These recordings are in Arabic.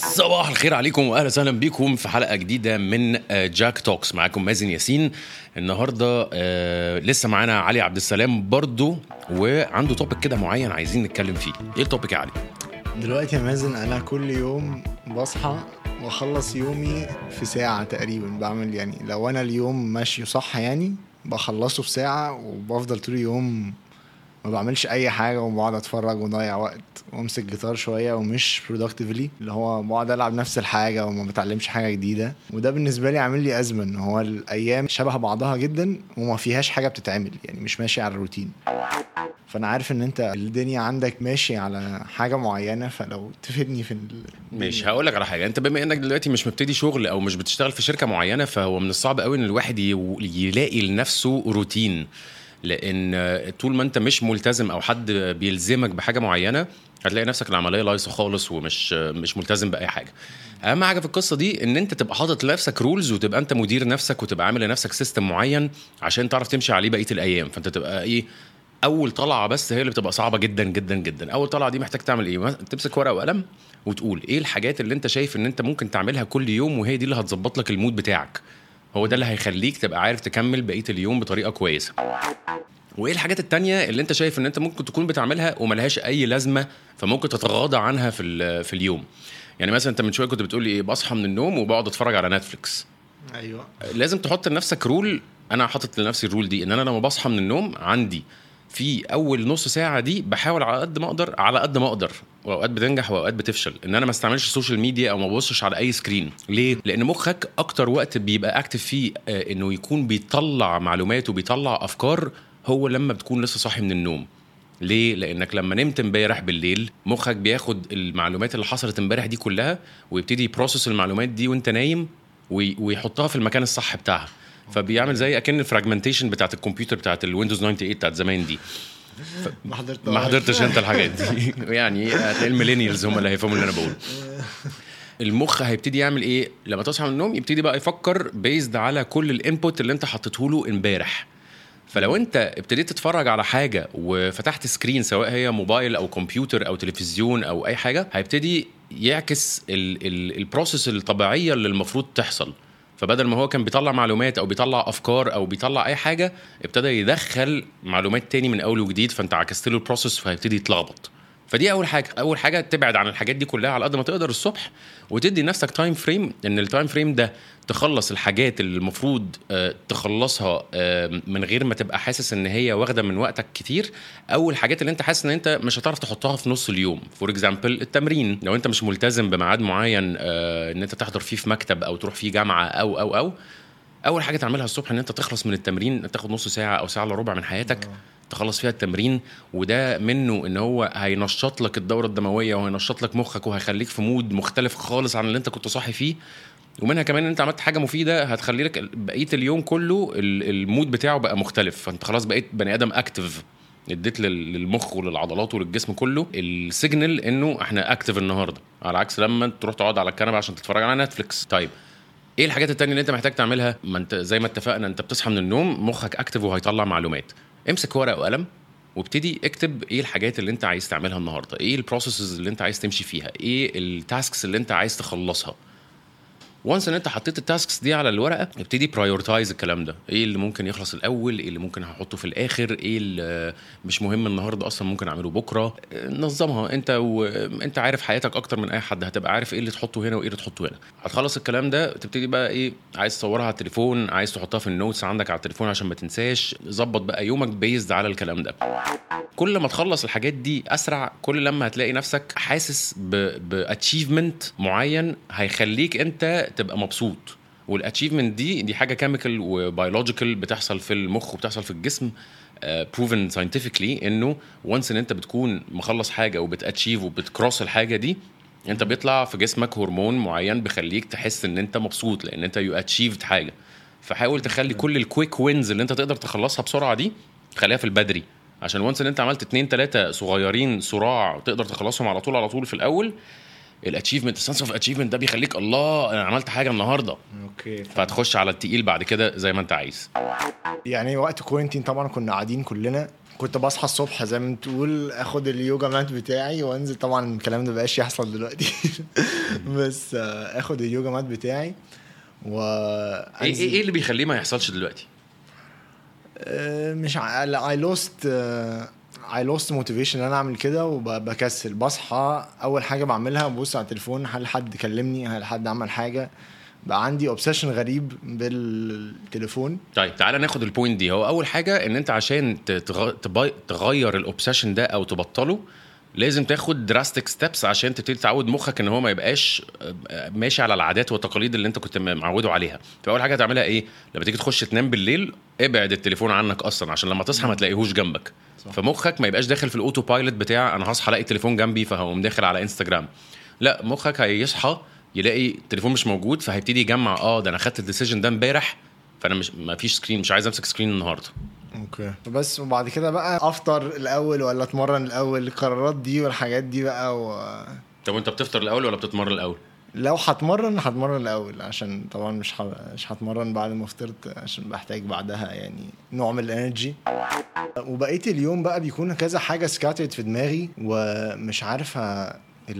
صباح الخير عليكم واهلا وسهلا بيكم في حلقه جديده من جاك توكس. معاكم مازن ياسين. النهارده لسه معانا علي عبد السلام برضو، وعنده توبيك كده معين عايزين نتكلم فيه. ايه التوبيك يا علي؟ دلوقتي يا مازن انا كل يوم بصحى واخلص يومي في ساعة تقريبا. بعمل يعني لو انا اليوم ماشي صح يعني بخلصه في ساعة، وبفضل طول اليوم ما بعملش اي حاجة وبقعد اتفرج وضيع وقت وامسك جيتار شوية ومش productively، اللي هو بقعد العب نفس الحاجة وما بتعلمش حاجة جديدة. وده بالنسبة لي عامل لي ازمة ان هو الايام شبه بعضها جدا وما فيهاش حاجة بتتعمل، يعني مش ماشي على الروتين. فانا عارف ان انت الدنيا عندك ماشي على حاجة معينة، فلو تفيدني في مش هقولك على حاجة. انت بما انك دلوقتي مش مبتدي شغل او مش بتشتغل في شركة معينة، فهو من الصعب قوي ان الواحد يلاقي لنفسه روتين، لان طول ما انت مش ملتزم او حد بيلزمك بحاجة معينة هتلاقي نفسك العملية لايصة خالص ومش ملتزم بأي حاجة. اهم حاجة في القصة دي ان انت تبقى حاطط لنفسك رولز، وتبقى انت مدير نفسك، وتبقى عامل لنفسك سيستم معين عشان تعرف تمشي عليه بقية الايام. فانت تبقى ايه، اول طلعه بس هي اللي بتبقى صعبه جدا جدا جدا. اول طلعه دي محتاج تعمل ايه؟ تمسك ورقه وقلم وتقول ايه الحاجات اللي انت شايف ان انت ممكن تعملها كل يوم، وهي دي اللي هتظبط لك المود بتاعك. هو ده اللي هيخليك تبقى عارف تكمل بقيه اليوم بطريقه كويسه. وايه الحاجات التانية اللي انت شايف ان انت ممكن تكون بتعملها وملهاش اي لازمه، فممكن تتغاضى عنها في اليوم. يعني مثلا انت من شويه كنت بتقول لي ايه، بصحى من النوم وبقعد اتفرج على نتفليكس. ايوه، لازم تحط لنفسك رول. انا حاطط لنفسي الرول دي ان انا لما بصحى من النوم عندي في اول نص ساعه دي بحاول على قد ما اقدر واوقات بتنجح واوقات بتفشل، ان انا ما استعملش السوشيال ميديا او ما ابصش على اي سكرين. ليه؟ لان مخك اكتر وقت بيبقى اكتف فيه انه يكون بيطلع معلومات وبيطلع افكار هو لما بتكون لسه صاحي من النوم. ليه؟ لانك لما نمت امبارح بالليل مخك بياخد المعلومات اللي حصلت امبارح دي كلها ويبتدي يبروسس المعلومات دي وانت نايم ويحطها في المكان الصح بتاعها. فبيعمل زي اكن الفراجمنتيشن بتاعت الكمبيوتر بتاعت الويندوز 98 بتاعت زمان دي. ما حضرتش انت الحاجات دي يعني الميلينيالز هم اللي هيفهموا اللي انا بقوله. المخ هيبتدي يعمل ايه لما تصحى من النوم؟ يبتدي بقى يفكر بيزد على كل الانبوت اللي انت حطيته له امبارح. فلو انت ابتديت تتفرج على حاجه وفتحت سكرين، سواء هي موبايل او كمبيوتر او تلفزيون او اي حاجه، هيبتدي يعكس البروسيس الطبيعيه اللي المفروض تحصل. فبدل ما هو كان بيطلع معلومات او بيطلع افكار او بيطلع اي حاجه، ابتدى يدخل معلومات تاني من اول وجديد، فانت عكست له البروسيس فهيبتدي يتلخبط. فدي اول حاجه تبعد عن الحاجات دي كلها على قد ما تقدر الصبح، وتدي نفسك تايم فريم، ان التايم فريم ده تخلص الحاجات اللي المفروض تخلصها من غير ما تبقى حاسس ان هي واخده من وقتك كتير، او الحاجات اللي انت حاسس ان انت مش هتعرف تحطها في نص اليوم. فور اكزامبل التمرين، لو انت مش ملتزم بميعاد معين ان انت تحضر فيه في مكتب او تروح فيه جامعه او اول حاجه تعملها الصبح ان انت تخلص من التمرين، تاخد نص ساعه او ساعه الا ربع من حياتك تخلص فيها التمرين. وده منه ان هو هينشط لك الدوره الدمويه وهينشط لك مخك وهيخليك في مود مختلف خالص عن اللي انت كنت صاحي فيه. ومنها كمان ان انت عملت حاجه مفيده هتخلي لك بقيه اليوم كله المود بتاعه بقى مختلف، فانت خلاص بقيت بني ادم اكتف. اديت للمخ وللعضلات وللجسم كله السيجنال انه احنا اكتف النهارده، على عكس لما تروح تقعد على الكنبه عشان تتفرج على نتفليكس. طيب ايه الحاجات التانية اللي انت محتاج تعملها؟ ما انت زي ما اتفقنا انت بتصحى من النوم مخك اكتف وهيطلع معلومات. امسك ورقه وقلم وابتدي اكتب ايه الحاجات اللي انت عايز تعملها النهارده، ايه البروسيسز اللي انت عايز تمشي فيها، ايه التاسكس اللي انت عايز تخلصها. وانس ان انت حطيت التاسكس دي على الورقه، ابتدي برايورتايز الكلام ده. ايه اللي ممكن يخلص الاول، ايه اللي ممكن هحطه في الاخر، ايه اللي مش مهم النهارده اصلا ممكن اعمله بكره. نظمها انت، وانت عارف حياتك اكتر من اي حد، هتبقى عارف ايه اللي تحطه هنا وايه اللي تحطه هنا. هتخلص الكلام ده تبتدي بقى ايه، عايز تصورها على التليفون، عايز تحطها في النوتس عندك على التليفون عشان ما تنساش. ظبط بقى يومك بيزد على الكلام ده. كل ما تخلص الحاجات دي اسرع، كل لما هتلاقي نفسك حاسس باتشيفمنت معين هيخليك انت تبقى مبسوط. والاتشيفمنت دي حاجه كيميكال وبيولوجيكال بتحصل في المخ وبتحصل في الجسم، proven scientifically انه وانس ان انت بتكون مخلص حاجه وبتاتشيف وبتكروس الحاجه دي، انت بيطلع في جسمك هرمون معين بيخليك تحس ان انت مبسوط لان انت يو اتشيفد حاجه. فحاول تخلي كل الكويك وينز اللي انت تقدر تخلصها بسرعه دي خليها في البدري، عشان وانس ان انت عملت 2-3 صغيرين صراع تقدر تخلصهم على طول في الاول، الاتشيفمنت السنس اوف اتشيفمنت ده بيخليك الله انا عملت حاجه النهارده. اوكي، فتخش على التقيل بعد كده زي ما انت عايز. يعني وقت كوينتين طبعا كنا قاعدين كلنا، كنت بصحى الصبح زي ما تقول اخد اليوجا مات بتاعي وانزل. طبعا الكلام ده بقاش يحصل دلوقتي بس اخد اليوجا مات بتاعي و ايه اللي بيخليه ما يحصلش دلوقتي؟ مش I lost motivation ان انا اعمل كده وبكسل. بصحى اول حاجه بعملها ببص على التليفون، هل حد كلمني، هل حد عمل حاجه. بقى عندي obsession غريب بالتليفون. طيب تعالى ناخد البوينت دي. هو اول حاجه ان انت عشان تغير الاوبسيشن ده او تبطله لازم تاخد دراستيك ستيبس عشان تبتدي تعود مخك ان هو ما يبقاش ماشي على العادات والتقاليد اللي انت كنت معوده عليها. فاول حاجه هتعملها ايه؟ لما تيجي تخش تنام بالليل ابعد التليفون عنك اصلا عشان لما تصحى ما تلاقيهوش جنبك. صح. فمخك ما يبقاش داخل في الاوتو بايلوت بتاع انا هصحى الاقي التليفون جنبي فهقوم داخل على انستجرام. لا، مخك هيصحى يلاقي التليفون مش موجود فهيبتدي يجمع ده انا خدت الديسيجن ده امبارح فانا ما فيش سكرين، مش عايز امسك سكرين النهارده. اوكي بس. وبعد كده بقى افطر الاول ولا اتمرن الاول؟ القرارات دي والحاجات دي بقى طب وانت بتفطر الاول ولا بتتمرن الاول؟ لو هتمرن الاول عشان طبعا مش هتمرن بعد ما فطرت عشان بحتاج بعدها يعني نوع من الانرجي. وبقيت اليوم بقى بيكون كذا حاجه سكاترت في دماغي ومش عارفه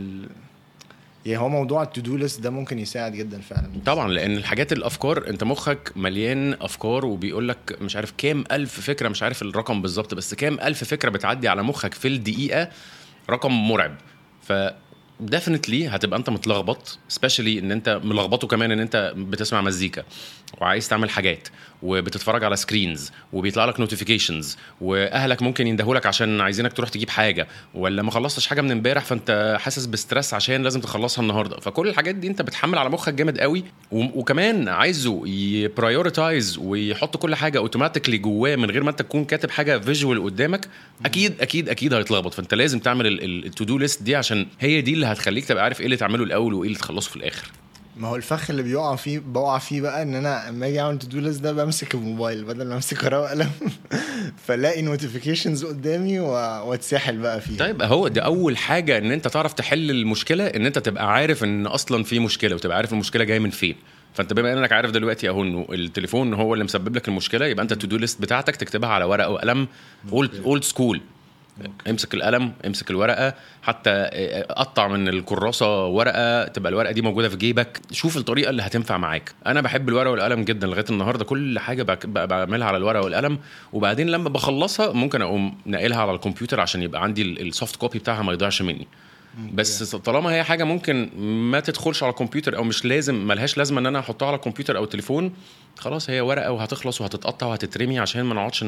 يعني هو موضوع التو دو ليست ده ممكن يساعد جدا فعلا. طبعا، لان الحاجات الافكار انت مخك مليان افكار وبيقول لك مش عارف كام الف فكره، مش عارف الرقم بالظبط بس كام الف فكره بتعدي على مخك في الدقيقه، رقم مرعب. ف definitely هتبقى انت متلخبط، especially ان انت ملخبطه كمان ان انت بتسمع مزيكا وعايز تعمل حاجات وبتتفرج على سكرينز وبيطلع لك نوتيفيكيشنز واهلك ممكن يندهولك عشان عايزينك تروح تجيب حاجه، ولا ما خلصتش حاجه من امبارح فانت حاسس بستريس عشان لازم تخلصها النهارده. فكل الحاجات دي انت بتحمل على مخك جامد قوي وكمان عايزه يبرايورتايز ويحط كل حاجه اوتوماتيكلي جواه من غير ما انت تكون كاتب حاجه فيجوال قدامك. اكيد اكيد اكيد هيتلخبط. فانت لازم تعمل التو دو ليست دي عشان هي دي اللي هتخليك تبقى عارف ايه اللي تعمله الاول وايه اللي تخلصه في الاخر. ما هو الفخ اللي بقع فيه بقى ان انا لما اجي اعمل تو دو ليست ده بمسك الموبايل بدل ما امسك ورقه وقلم فلاقي نوتيفيكيشنز قدامي واتسحل بقى فيه. طيب هو ده اول حاجه ان انت تعرف تحل المشكله، ان انت تبقى عارف ان اصلا في مشكله وتبقى عارف المشكله جايه من فين. فانت بما انك عارف دلوقتي اهو انه التليفون هو اللي مسبب لك المشكله، يبقى انت التو دو ليست بتاعتك تكتبها على ورقه وقلم اولد سكول. امسك القلم، امسك الورقه، حتى قطع من الكراسه ورقه تبقى الورقه دي موجوده في جيبك. شوف الطريقه اللي هتنفع معاك. انا بحب الورقه والقلم جدا لغايه النهارده، كل حاجه بعملها على الورقه والقلم، وبعدين لما بخلصها ممكن اقوم ناقلها على الكمبيوتر عشان يبقى عندي السوفت كوبي بتاعها ما يضيعش مني. بس طالما هي حاجه ممكن ما تدخلش على الكمبيوتر او مش لازم، ملهاش لازمه ان انا احطها على الكمبيوتر او التليفون، خلاص هي ورقه وهتخلص وهتتقطع وهتترمي عشان ما نقعدش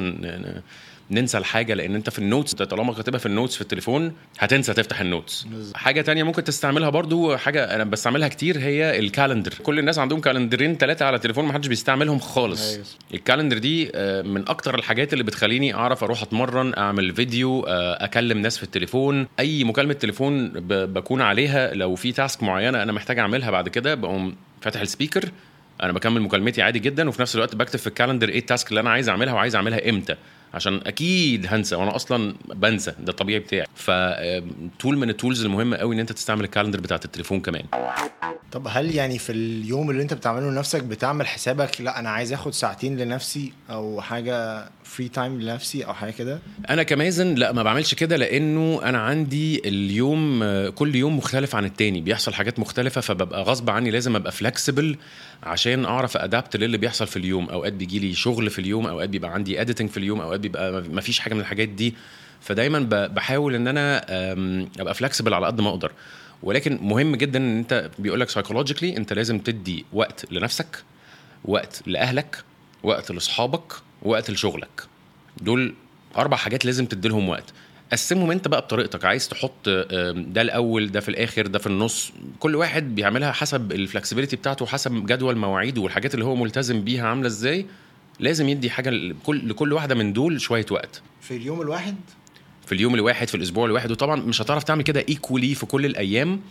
ننسى الحاجه. لان انت في النوتس طالما كاتبها في النوتس في التليفون هتنسى تفتح النوتس. حاجه تانية ممكن تستعملها برضو، حاجه انا بستعملها كتير، هي الكالندر. كل الناس عندهم كالندرين 3 على التليفون، ما حدش بيستعملهم خالص. الكالندر دي من اكتر الحاجات اللي بتخليني اعرف اروح اتمرن، اعمل فيديو، اكلم ناس في التليفون. اي مكالمه تليفون بكون عليها لو في تاسك معينه انا محتاج اعملها بعد كده بقوم فاتح السبيكر، انا بكمل مكالمتي عادي جدا وفي نفس الوقت بكتب في الكالندر ايه التاسك اللي انا عايز اعملها وعايز اعملها امتى، عشان اكيد هنسى وانا اصلا بنسى، ده الطبيعي بتاعي. فتول من التولز المهمه قوي ان انت تستعمل الكالندر بتاعه التليفون كمان. طب هل يعني في اليوم اللي انت بتعمله لنفسك بتعمل حسابك لا انا عايز اخد ساعتين لنفسي او حاجه فري تايم لنفسي او حاجه كده؟ انا كمازن لا، ما بعملش كده، لانه انا عندي اليوم كل يوم مختلف عن التاني، بيحصل حاجات مختلفه، فببقى غصب عني لازم ابقى فلكسبل عشان اعرف ادابت للي بيحصل في اليوم. اوقات بيجي لي شغل في اليوم، اوقات بيبقى عندي اديتنج في اليوم، اوقات بيبقى ما فيش حاجه من الحاجات دي. فدايما بحاول ان انا ابقى فلكسبل على قد ما اقدر. ولكن مهم جدا ان انت بيقولك سايكولوجيكلي انت لازم تدي وقت لنفسك، وقت لاهلك، وقت لاصحابك، وقت لشغلك. دول 4 حاجات لازم تديلهم وقت. قسمهم انت بقى بطريقتك، عايز تحط ده الاول، ده في الاخر، ده في النص. كل واحد بيعملها حسب الفلكسبيليتي بتاعته، حسب جدول مواعيده والحاجات اللي هو ملتزم بيها عامله ازاي. لازم يدي حاجه لكل واحده من دول شويه وقت في اليوم الواحد، في اليوم الواحد، في الاسبوع الواحد. وطبعا مش هتعرف تعمل كده ايكولي في كل الايام،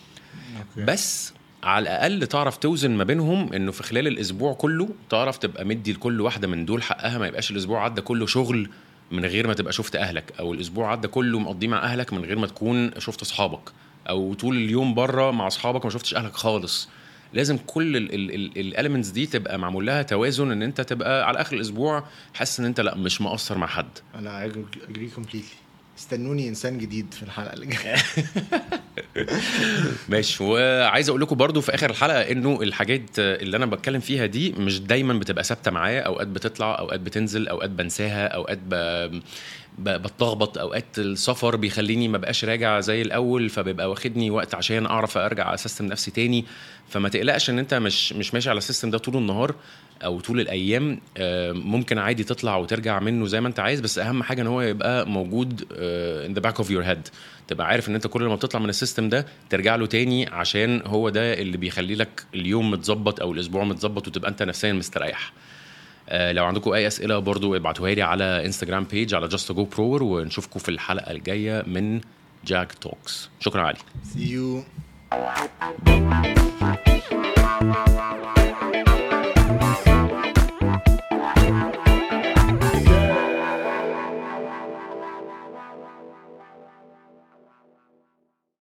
بس على الاقل تعرف توزن ما بينهم، انه في خلال الاسبوع كله تعرف تبقى مدي لكل واحده من دول حقها. ما يبقاش الاسبوع عدى كله شغل من غير ما تبقى شفت اهلك، او الاسبوع عدى كله مقضي مع اهلك من غير ما تكون شفت اصحابك، او طول اليوم بره مع اصحابك وما شفتش اهلك خالص. لازم كل الاليمنتس دي تبقى معمول لها توازن، ان انت تبقى على اخر الاسبوع حاسس ان انت لا مش مقصر مع حد. انا agree completely. استنوني انسان جديد في الحلقه اللي جايه. ماشي. وعايز اقول لكم برضو في اخر الحلقه انه الحاجات اللي انا بتكلم فيها دي مش دايما بتبقى ثابته معايا، اوقات بتطلع، اوقات بتنزل، اوقات بنساها، اوقات بتلخبط، اوقات السفر بيخليني ما بقاش راجع زي الاول، فبيبقى واخدني وقت عشان اعرف ارجع اسيستم نفسي تاني. فما تقلقش ان انت مش ماشي على السيستم ده طول النهار او طول الايام. ممكن عادي تطلع وترجع منه زي ما انت عايز، بس اهم حاجه ان هو يبقى موجود in the back of your head، تبقى عارف ان انت كل ما بتطلع من السيستم ده ترجع له تاني، عشان هو ده اللي بيخلي لك اليوم متظبط او الاسبوع متظبط وتبقى انت نفسيا مستريح. لو عندكم اي اسئله برضو ابعتوها لي على انستجرام بيج على Just a Go Prover، ونشوفكم في الحلقه الجايه من جاك توكس. شكرا علي. See you.